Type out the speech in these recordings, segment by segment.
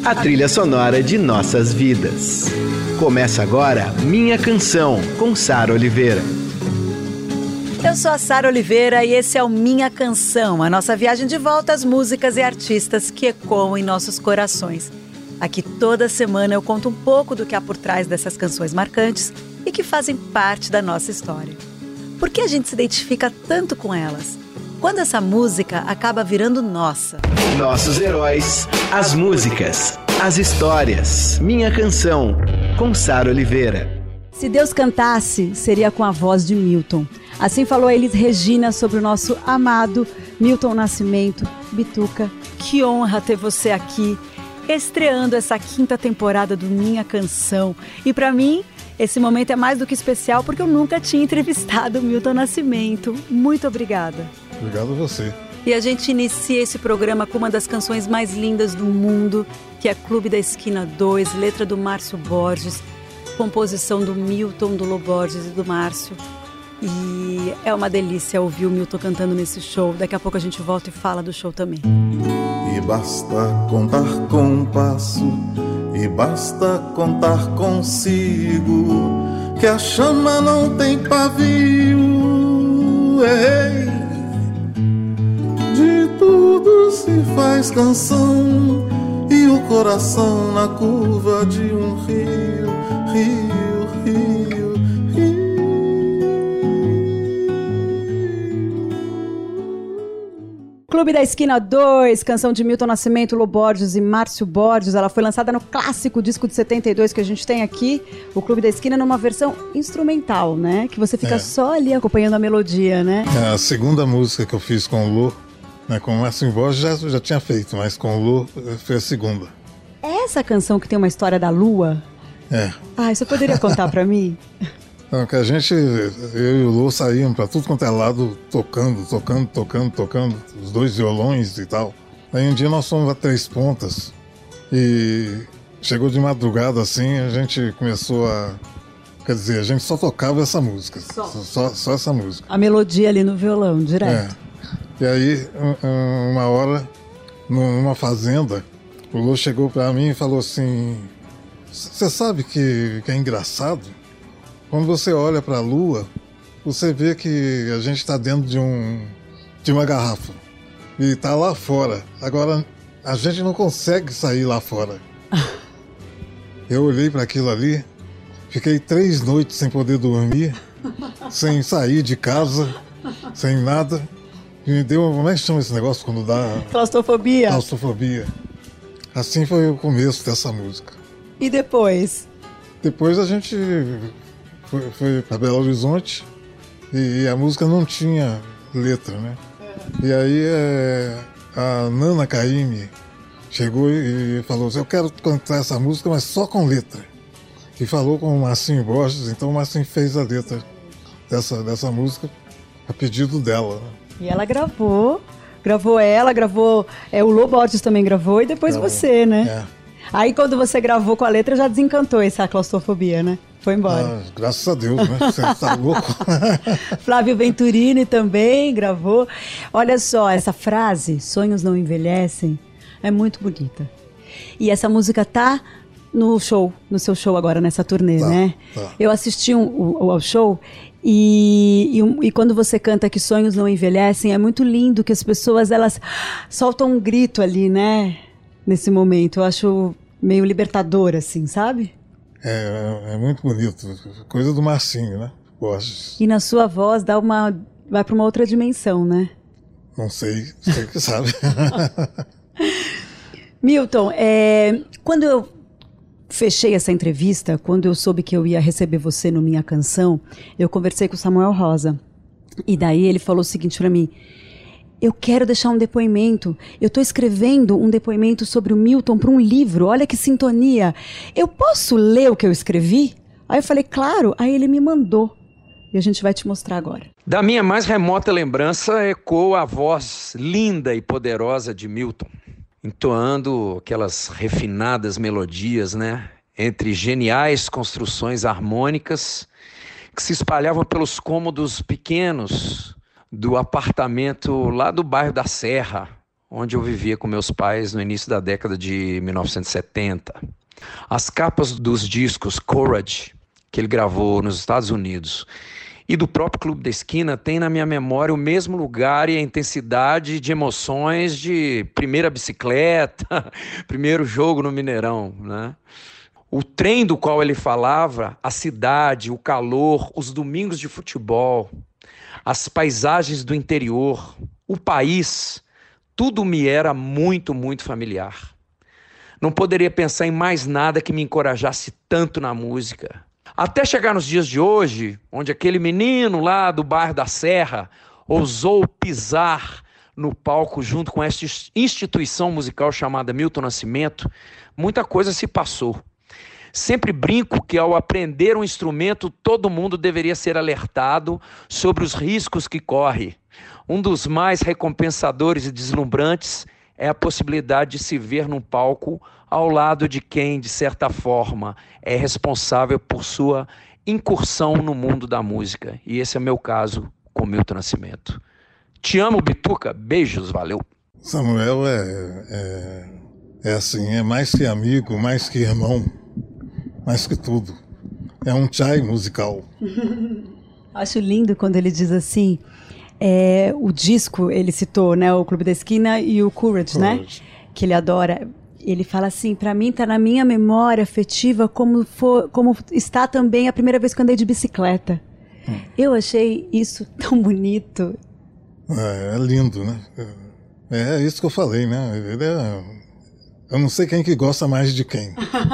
a trilha sonora de nossas vidas. Começa agora Minha Canção, com Sara Oliveira. Eu sou a Sara Oliveira e esse é o Minha Canção, a nossa viagem de volta às músicas e artistas que ecoam em nossos corações. Aqui toda semana eu conto um pouco do que há por trás dessas canções marcantes e que fazem parte da nossa história. Por que a gente se identifica tanto com elas? Quando essa música acaba virando nossa? Nossos heróis, as músicas, as histórias. Minha Canção, com Sara Oliveira. Se Deus cantasse, seria com a voz de Milton. Assim falou a Elis Regina sobre o nosso amado Milton Nascimento. Bituca, que honra ter você aqui, estreando essa 5ª temporada do Minha Canção. E para mim, esse momento é mais do que especial porque eu nunca tinha entrevistado o Milton Nascimento. Muito obrigada. Obrigado a você. E a gente inicia esse programa com uma das canções mais lindas do mundo, que é Clube da Esquina 2, letra do Márcio Borges, composição do Milton, do Lô Borges e do Márcio. E é uma delícia ouvir o Milton cantando nesse show. Daqui a pouco a gente volta e fala do show também. E basta contar com o passo, e basta contar consigo, que a chama não tem pavio. Ei, de tudo se faz canção, e o coração na curva de um rio, rio, rio, rio. Clube da Esquina 2, canção de Milton Nascimento, Lô Borges e Márcio Borges. Ela foi lançada no clássico disco de 72 que a gente tem aqui, o Clube da Esquina, numa versão instrumental, né? Que você fica só ali acompanhando a melodia, né? A segunda música que eu fiz com o Lô, né, com o Márcio Borges já tinha feito, mas com o Lô foi a segunda. É essa canção que tem uma história da lua? É. Ah, você poderia contar pra mim? Então, que a gente, eu e o Lô saíamos pra tudo quanto é lado, tocando, os dois violões e tal. Aí um dia nós fomos a Três Pontas e chegou de madrugada assim, a gente começou a... Quer dizer, a gente só tocava essa música, só essa música. A melodia ali no violão, direto. E aí, uma hora, numa fazenda, o Lô chegou pra mim e falou assim: você sabe que é engraçado? Quando você olha pra lua, você vê que a gente tá dentro de uma garrafa e tá lá fora. Agora, a gente não consegue sair lá fora. Eu olhei para aquilo ali, fiquei 3 noites sem poder dormir, sem sair de casa, sem nada. E me deu, como é que chama esse negócio quando dá? Claustrofobia. Claustrofobia. Assim foi o começo dessa música. E depois? Depois a gente foi para Belo Horizonte e a música não tinha letra, né? E aí a Nana Caymmi chegou e falou assim: eu quero cantar essa música, mas só com letra. E falou com o Marcinho Borges, então o Marcinho fez a letra dessa música a pedido dela, né? E ela gravou o Lô Borges também gravou e depois você, né? Aí quando você gravou com a letra já desencantou essa claustrofobia, né? Foi embora. Graças a Deus, né? Você tá louco. Flávio Venturini também gravou. Olha só, essa frase, sonhos não envelhecem, é muito bonita. E essa música tá no seu show agora, nessa turnê, né? Tá. Eu assisti ao show e quando você canta que sonhos não envelhecem, é muito lindo que as pessoas, elas soltam um grito ali, né? Nesse momento, eu acho meio libertador, assim, sabe? É muito bonito, coisa do Marcinho, né? Borges. E na sua voz vai para uma outra dimensão, né? Não sei, você que sabe. Milton, quando eu fechei essa entrevista, quando eu soube que eu ia receber você no Minha Canção, eu conversei com o Samuel Rosa. E daí ele falou o seguinte para mim: eu quero deixar um depoimento. Eu estou escrevendo um depoimento sobre o Milton para um livro. Olha que sintonia. Eu posso ler o que eu escrevi? Aí eu falei, claro. Aí ele me mandou. E a gente vai te mostrar agora. Da minha mais remota lembrança ecoa a voz linda e poderosa de Milton, entoando aquelas refinadas melodias, né? Entre geniais construções harmônicas que se espalhavam pelos cômodos pequenos do apartamento lá do bairro da Serra, onde eu vivia com meus pais no início da década de 1970. As capas dos discos Courage, que ele gravou nos Estados Unidos, e do próprio Clube da Esquina, tem na minha memória o mesmo lugar e a intensidade de emoções de primeira bicicleta, primeiro jogo no Mineirão, né? O trem do qual ele falava, a cidade, o calor, os domingos de futebol, as paisagens do interior, o país, tudo me era muito, muito familiar. Não poderia pensar em mais nada que me encorajasse tanto na música. Até chegar nos dias de hoje, onde aquele menino lá do bairro da Serra ousou pisar no palco junto com essa instituição musical chamada Milton Nascimento, muita coisa se passou. Sempre brinco que ao aprender um instrumento, todo mundo deveria ser alertado sobre os riscos que corre. Um dos mais recompensadores e deslumbrantes é a possibilidade de se ver num palco ao lado de quem, de certa forma, é responsável por sua incursão no mundo da música. E esse é o meu caso com Milton Nascimento. Te amo, Bituca. Beijos, valeu. Samuel é assim, é mais que amigo, mais que irmão, mais que tudo. É um chai musical. Acho lindo quando ele diz assim, o disco, ele citou, né, o Clube da Esquina e o Courage, né, que ele adora. Ele fala assim, pra mim tá na minha memória afetiva como está também a primeira vez que eu andei de bicicleta. Eu achei isso tão bonito. É lindo, né? É isso que eu falei, né? Eu não sei quem que gosta mais de quem.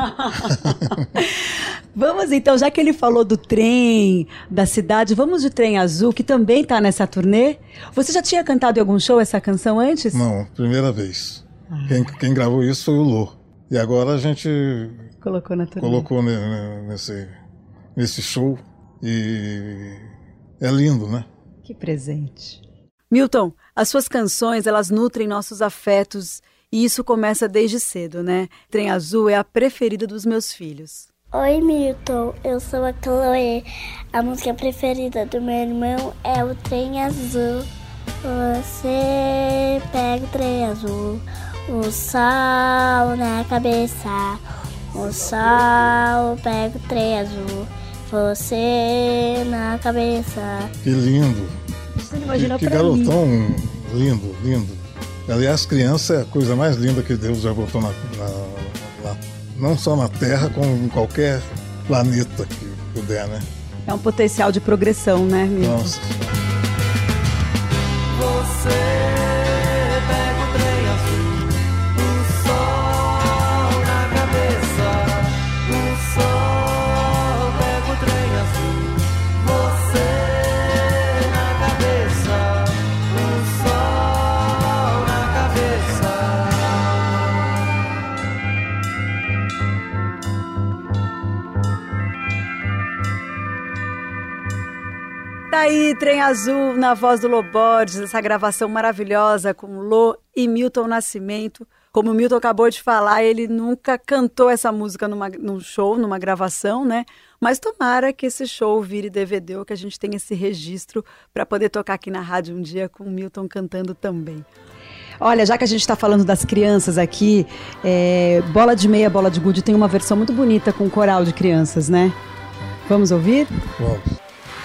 Vamos então, já que ele falou do trem, da cidade, vamos de Trem Azul, que também está nessa turnê. Você já tinha cantado em algum show essa canção antes? Não, primeira vez. Quem gravou isso foi o Lô. E agora a gente colocou na turnê. Colocou nesse show. E é lindo, né? Que presente. Milton, as suas canções, elas nutrem nossos afetos e isso começa desde cedo, né? Trem Azul é a preferida dos meus filhos. Oi, Milton, eu sou a Chloe. A música preferida do meu irmão é o Trem Azul. Você pega o trem azul, o sol na cabeça. O sol pega o trem azul, você na cabeça. Que lindo. Você não imagina que garotão lindo, lindo. Aliás, criança é a coisa mais linda que Deus já botou não só na Terra, como em qualquer planeta que puder, né? É um potencial de progressão, né, Milton? Nossa. Você pega o trem azul, o sol na cabeça. O sol pega o trem azul, você na cabeça. O sol na cabeça. Tá aí, Trem Azul, na voz do Lô Borges, essa gravação maravilhosa com Lô e Milton Nascimento. Como o Milton acabou de falar, ele nunca cantou essa música num show, numa gravação, né? Mas tomara que esse show vire DVD ou que a gente tenha esse registro para poder tocar aqui na rádio um dia com o Milton cantando também. Olha, já que a gente está falando das crianças aqui, Bola de Meia, Bola de Gude tem uma versão muito bonita com coral de crianças, né? Vamos ouvir? Vamos.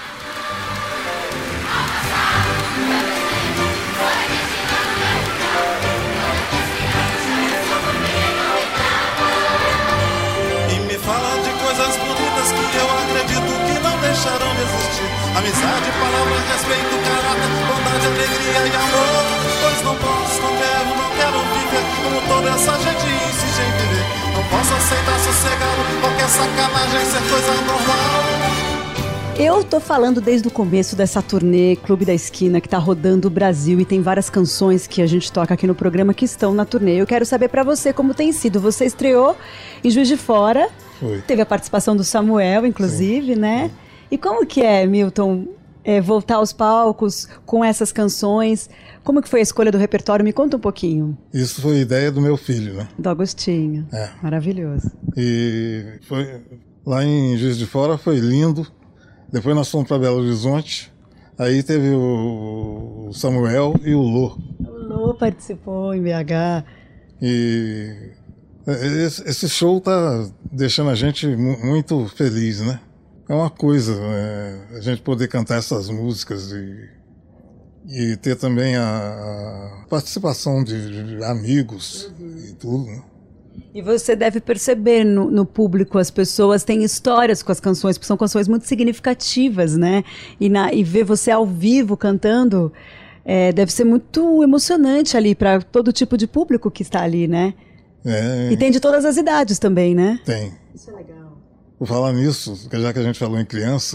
Amizade, palavras, respeito, caráter, bondade, alegria e amor. Pois não posso, não quero viver como toda essa gente insiste em viver. Não posso aceitar sossegado qualquer sacanagem ser coisa normal. Eu tô falando desde o começo dessa turnê Clube da Esquina, que tá rodando o Brasil e tem várias canções que a gente toca aqui no programa que estão na turnê. Eu quero saber pra você como tem sido. Você estreou em Juiz de Fora. Foi. Teve a participação do Samuel, inclusive, Sim. né? E como que é, Milton, voltar aos palcos com essas canções? Como que foi a escolha do repertório? Me conta um pouquinho. Isso foi ideia do meu filho, né? Do Agostinho. Maravilhoso. E foi lá em Juiz de Fora, foi lindo. Depois nós fomos para Belo Horizonte. Aí teve o Samuel e o Lô. O Gravou, participou em BH. E esse show tá deixando a gente muito feliz, né? É uma coisa, a gente poder cantar essas músicas e ter também a participação de amigos e tudo, né? E você deve perceber no público, as pessoas têm histórias com as canções, porque são canções muito significativas, né? E ver você ao vivo cantando deve ser muito emocionante ali para todo tipo de público que está ali, né? E tem de todas as idades também, né? Tem. Isso é legal. Por falar nisso, já que a gente falou em criança,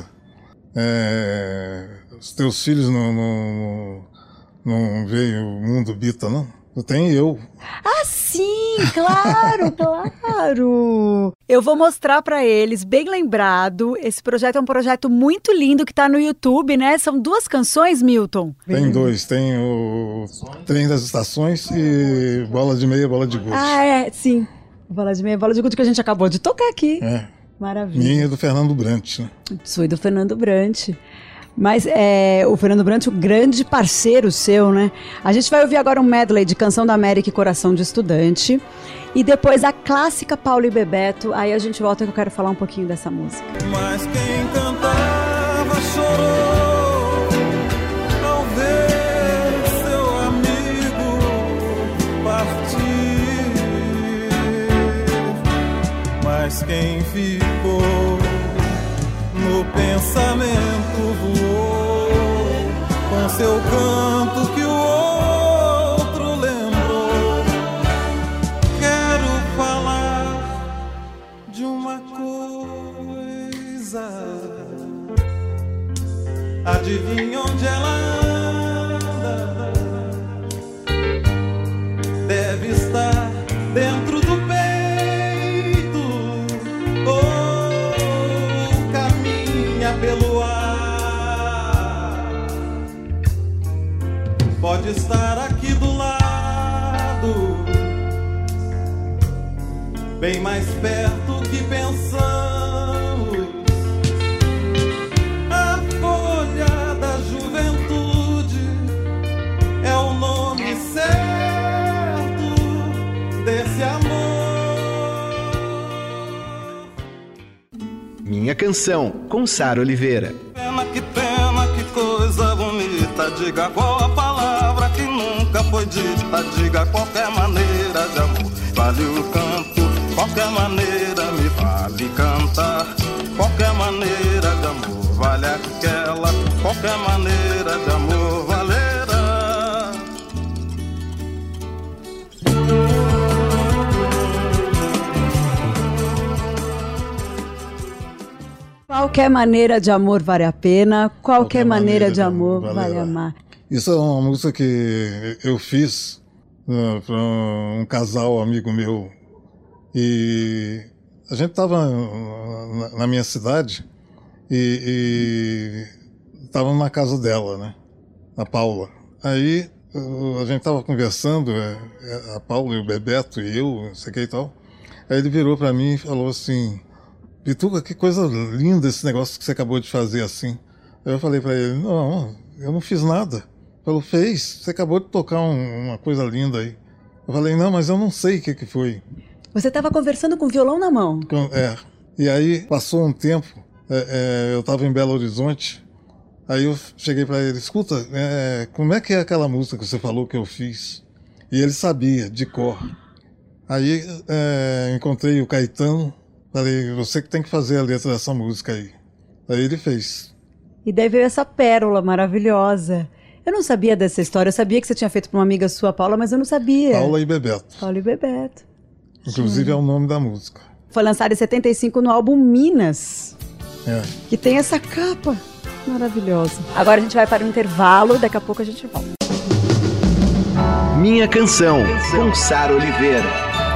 os teus filhos não veem o mundo Bita, não? Tem eu. Ah, sim, claro, claro. Eu vou mostrar pra eles, bem lembrado, esse projeto é um projeto muito lindo que tá no YouTube, né? São 2 canções, Milton? Tem 2, tem o Trem das Estações e Bola de Meia, Bola de Gude. Ah, sim. Bola de Meia, Bola de Gude que a gente acabou de tocar aqui. Maravilha. Minha e do Fernando Brant, né? Sou do Fernando Brant. Mas o Fernando Brant, o grande parceiro seu, né? A gente vai ouvir agora um medley de Canção da América e Coração de Estudante. E depois a clássica Paulo e Bebeto. Aí a gente volta que eu quero falar um pouquinho dessa música. Mas quem cantava chorou ao ver seu amigo partir. Mas quem ficou no pensamento voou com seu canto que o outro lembrou. Quero falar de uma coisa. Adivinha onde ela anda? Deve estar dentro do peito. Pelo ar, pode estar aqui do lado, bem mais perto que pensamos. A folha da juventude é o nome certo desse amor. Minha Canção, com Sara Oliveira. Pena, que coisa bonita. Diga qual a palavra que nunca foi dita. Diga qualquer maneira de amor. Vale o canto, qualquer maneira me vale cantar. Qualquer maneira de amor vale aquela. Qualquer maneira de amor valerá. Qualquer maneira de amor vale a pena, qualquer maneira de amor vale amar. Isso é uma música que eu fiz para um casal amigo meu. E a gente estava na minha cidade e estava na casa dela, né? A Paula. Aí a gente estava conversando, a Paula e o Bebeto e eu, não sei o que e tal. Aí ele virou para mim e falou assim: Pituca, que coisa linda esse negócio que você acabou de fazer assim. Aí eu falei para ele: não, eu não fiz nada. Ele falou: fez, você acabou de tocar uma coisa linda aí. Eu falei: não, mas eu não sei o que foi. Você estava conversando com o violão na mão. E aí passou um tempo, eu estava em Belo Horizonte, aí eu cheguei para ele: escuta, como é que é aquela música que você falou que eu fiz? E ele sabia, de cor. Aí encontrei o Caetano, falei: você que tem que fazer a letra dessa música aí. Aí ele fez. E daí veio essa pérola maravilhosa. Eu não sabia dessa história, eu sabia que você tinha feito para uma amiga sua, Paula, mas eu não sabia. Paula e Bebeto. Paula e Bebeto. Inclusive é o nome da música. Foi lançado em 75 no álbum Minas, que tem essa capa maravilhosa. Agora a gente vai para um intervalo, daqui a pouco a gente volta. Minha Canção, com Sara Oliveira.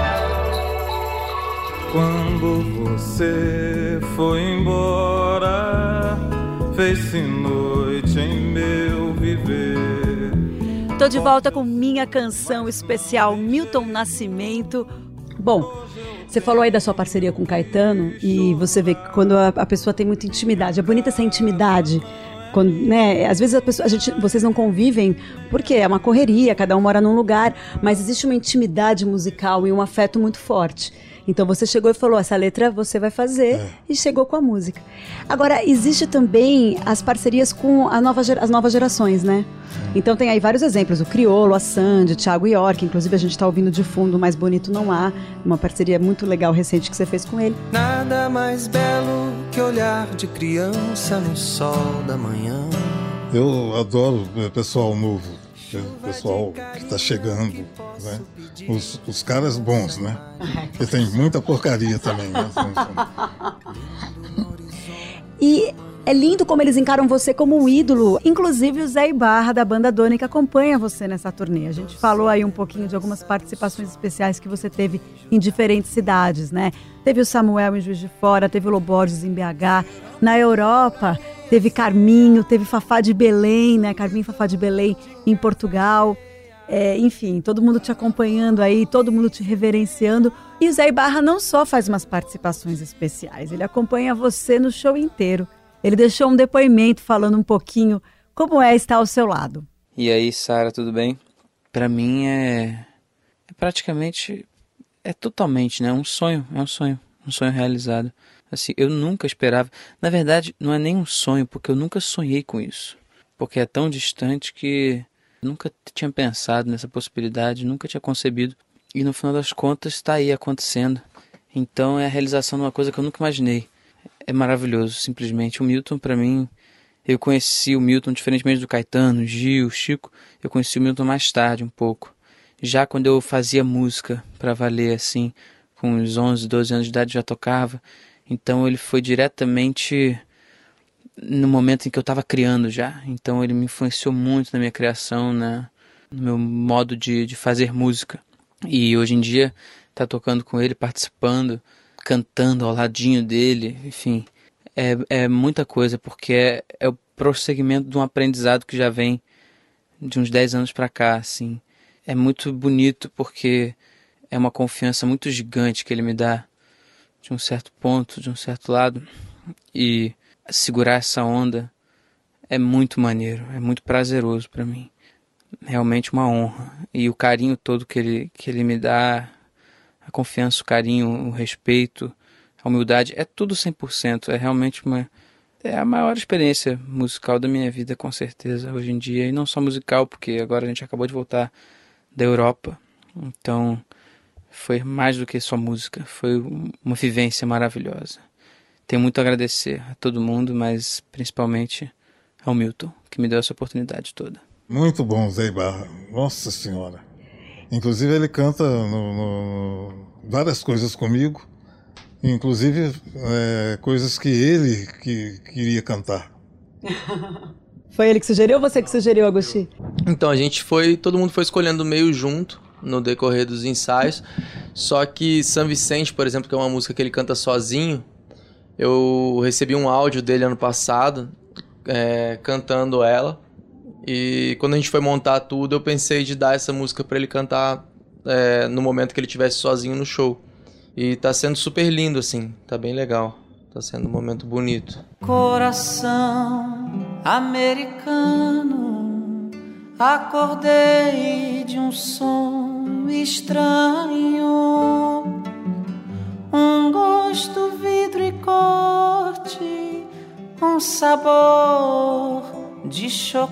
Quando você foi embora, fez-se noite em meu viver. Tô de volta com Minha Canção especial Milton Nascimento. Bom, você falou aí da sua parceria com o Caetano e você vê que quando a pessoa tem muita intimidade, é bonita essa intimidade Quando, né, às vezes vocês não convivem porque é uma correria, cada um mora num lugar, mas existe uma intimidade musical e um afeto muito forte. Então você chegou e falou, essa letra você vai fazer, e chegou com a música. Agora, existe também as parcerias com as novas gerações, né? Então tem aí vários exemplos, o Criolo, a Sandy, o Thiago York, inclusive a gente está ouvindo de fundo Mais Bonito Não Há, uma parceria muito legal, recente, que você fez com ele. Nada mais belo que olhar de criança no sol da manhã. Eu adoro pessoal novo, pessoal que está chegando, né? Os caras bons, né? Porque tem muita porcaria também, né? E é lindo como eles encaram você como um ídolo. Inclusive o Zé Ibarra, da banda Doni, que acompanha você nessa turnê. A gente falou aí um pouquinho de algumas participações especiais que você teve em diferentes cidades, né? Teve o Samuel em Juiz de Fora, teve o Loborges em BH. Na Europa, teve Carminho, teve Fafá de Belém, né? Carminho e Fafá de Belém em Portugal. Enfim, todo mundo te acompanhando aí, todo mundo te reverenciando. E o Zé Ibarra não só faz umas participações especiais, ele acompanha você no show inteiro. Ele deixou um depoimento falando um pouquinho como é estar ao seu lado. E aí, Sara, tudo bem? Pra mim é praticamente, totalmente, né? Um sonho realizado. Assim, eu nunca esperava, na verdade, não é nem um sonho, porque eu nunca sonhei com isso. Porque é tão distante que eu nunca tinha pensado nessa possibilidade, nunca tinha concebido. E no final das contas está aí acontecendo. Então é a realização de uma coisa que eu nunca imaginei. É maravilhoso, simplesmente. O Milton, para mim, eu conheci o Milton, diferentemente do Caetano, Gil, Chico, eu conheci o Milton mais tarde um pouco. Já quando eu fazia música para valer, assim, com uns 11, 12 anos de idade já tocava. Então ele foi diretamente no momento em que eu estava criando já. Então ele me influenciou muito na minha criação, no meu modo de fazer música. E hoje em dia, tá tocando com ele, participando, cantando ao ladinho dele, enfim, é muita coisa, porque é o prosseguimento de um aprendizado que já vem de uns 10 anos para cá, assim. É muito bonito porque é uma confiança muito gigante que ele me dá de um certo ponto, de um certo lado, e segurar essa onda é muito maneiro, é muito prazeroso para mim. Realmente uma honra. E o carinho todo que ele me dá, a confiança, o carinho, o respeito, a humildade, é tudo 100%. É realmente a maior experiência musical da minha vida, com certeza, hoje em dia. E não só musical, porque agora a gente acabou de voltar da Europa. Então, foi mais do que só música. Foi uma vivência maravilhosa. Tenho muito a agradecer a todo mundo, mas principalmente ao Milton, que me deu essa oportunidade toda. Muito bom, Zé Ibarra. Nossa Senhora. Inclusive ele canta várias coisas comigo, inclusive coisas que ele queria cantar. Foi ele que sugeriu ou você que sugeriu, Agostinho? Então, todo mundo foi escolhendo meio junto no decorrer dos ensaios, só que São Vicente, por exemplo, que é uma música que ele canta sozinho, eu recebi um áudio dele ano passado, cantando ela. E quando a gente foi montar tudo, eu pensei de dar essa música pra ele cantar no momento que ele estivesse sozinho no show. E tá sendo super lindo, assim, tá bem legal. Tá sendo um momento bonito. Coração americano, acordei de um som estranho, um gosto, vidro e corte, um sabor de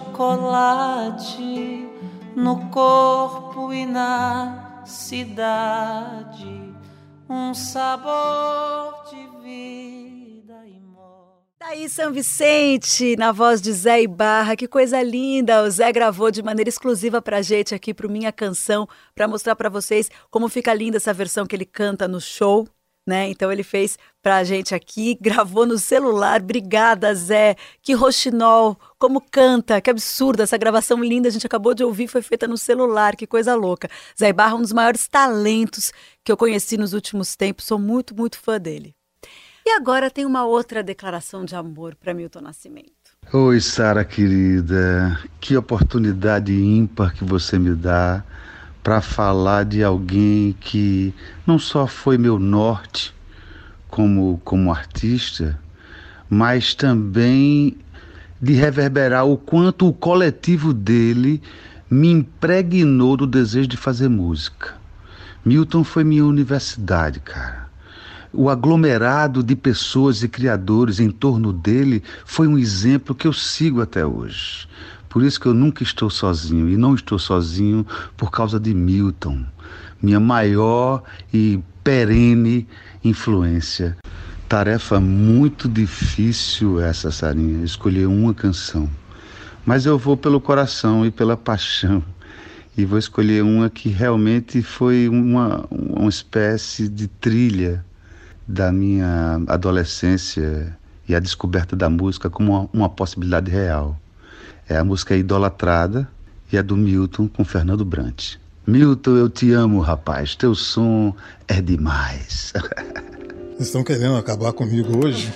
chocolate no corpo e na cidade, um sabor de vida e morte. Daí São Vicente, na voz de Zé Ibarra, que coisa linda! O Zé gravou de maneira exclusiva pra gente aqui, pro Minha Canção, pra mostrar pra vocês como fica linda essa versão que ele canta no show. Né? Então ele fez pra gente aqui, gravou no celular. Obrigada, Zé. Que roxinol, como canta, que absurdo. Essa gravação linda, a gente acabou de ouvir, foi feita no celular, que coisa louca. Zé Ibarra, um dos maiores talentos que eu conheci nos últimos tempos, sou muito, muito fã dele. E agora tem uma outra declaração de amor para Milton Nascimento. Oi, Sara querida, que oportunidade ímpar que você me dá para falar de alguém que não só foi meu norte como artista, mas também de reverberar o quanto o coletivo dele me impregnou do desejo de fazer música. Milton foi minha universidade, cara. O aglomerado de pessoas e criadores em torno dele foi um exemplo que eu sigo até hoje. Por isso que eu nunca estou sozinho, e não estou sozinho por causa de Milton, minha maior e perene influência. Tarefa muito difícil essa, Sarinha, escolher uma canção. Mas eu vou pelo coração e pela paixão. E vou escolher uma que realmente foi uma espécie de trilha da minha adolescência e a descoberta da música como uma possibilidade real. É a música Idolatrada e a do Milton com Fernando Brant. Milton, eu te amo, rapaz. Teu som é demais. Vocês estão querendo acabar comigo hoje?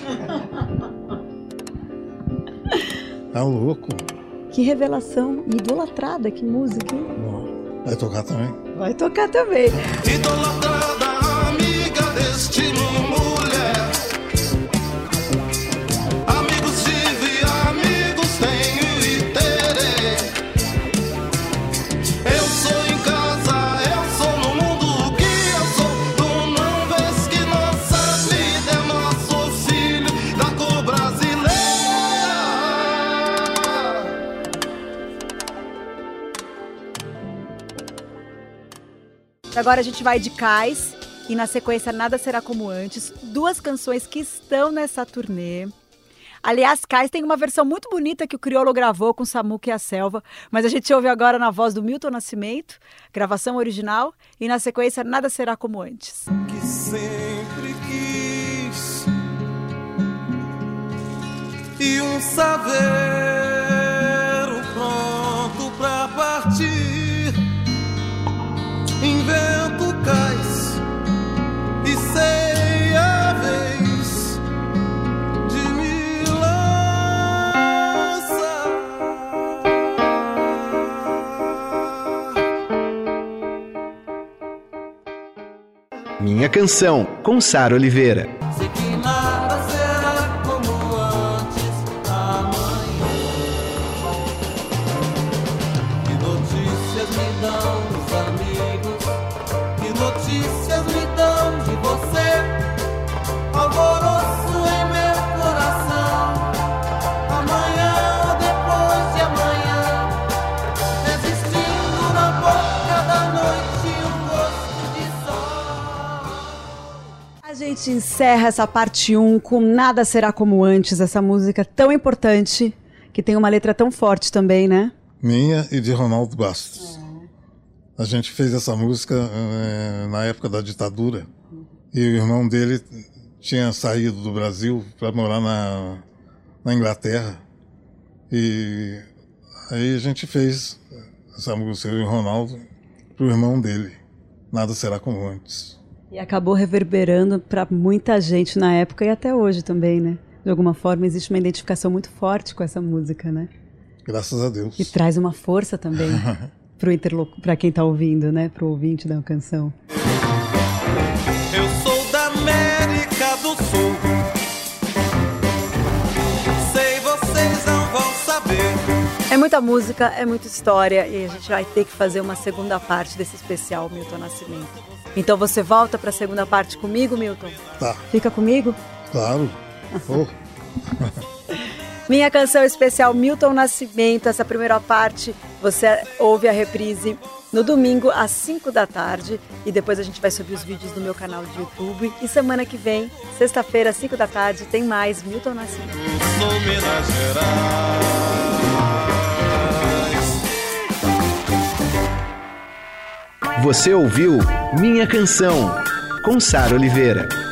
Tá louco. Que revelação. Idolatrada, que música, hein? Vai tocar também? Vai tocar também. Idolatrada, amiga deste mulher. Amigos tive, amigos tenho e terei. Eu sou em casa, eu sou no mundo o que eu sou. Tu não vês que nossa vida é nosso filho da cor brasileira. Agora a gente vai de Cais e na sequência Nada Será Como Antes, 2 canções que estão nessa turnê. Aliás, Cais tem uma versão muito bonita que o Criolo gravou com Samuca e a Selva, mas a gente ouve agora na voz do Milton Nascimento, gravação original, e na sequência Nada Será Como Antes. Que sempre quis e um saveiro pronto pra partir. Invento cais e sei a vez de me lançar. Minha Canção, com Sara Oliveira. Sei que nada será como antes amanhã. Que notícias me dão os amigos? Que notícias me dão de você? Alvoroço em meu coração. Amanhã ou depois de amanhã, existindo na boca da noite um gosto de sol. A gente encerra essa parte 1 com Nada Será Como Antes, essa música tão importante, que tem uma letra tão forte também, né? Minha e de Ronaldo Bastos. A gente fez essa música na época da ditadura e o irmão dele tinha saído do Brasil para morar na Inglaterra. E aí a gente fez essa música, eu e o Ronaldo, pro irmão dele. Nada Será Como Antes. E acabou reverberando para muita gente na época e até hoje também, né? De alguma forma existe uma identificação muito forte com essa música, né? Graças a Deus. E traz uma força também para quem está ouvindo, né? Para o ouvinte da canção. Eu sou da América do Sul. Sei, vocês não vão saber. É muita música, é muita história e a gente vai ter que fazer uma segunda parte desse especial Milton Nascimento. Então você volta para a segunda parte comigo, Milton? Tá. Fica comigo? Claro. Oh. Minha Canção especial Milton Nascimento. Essa primeira parte você ouve a reprise no domingo às 5 da tarde e depois a gente vai subir os vídeos no meu canal de YouTube. E semana que vem, sexta-feira às 5 da tarde, tem mais Milton Nascimento. Sou Minas Gerais. Você ouviu Minha Canção, com Sara Oliveira.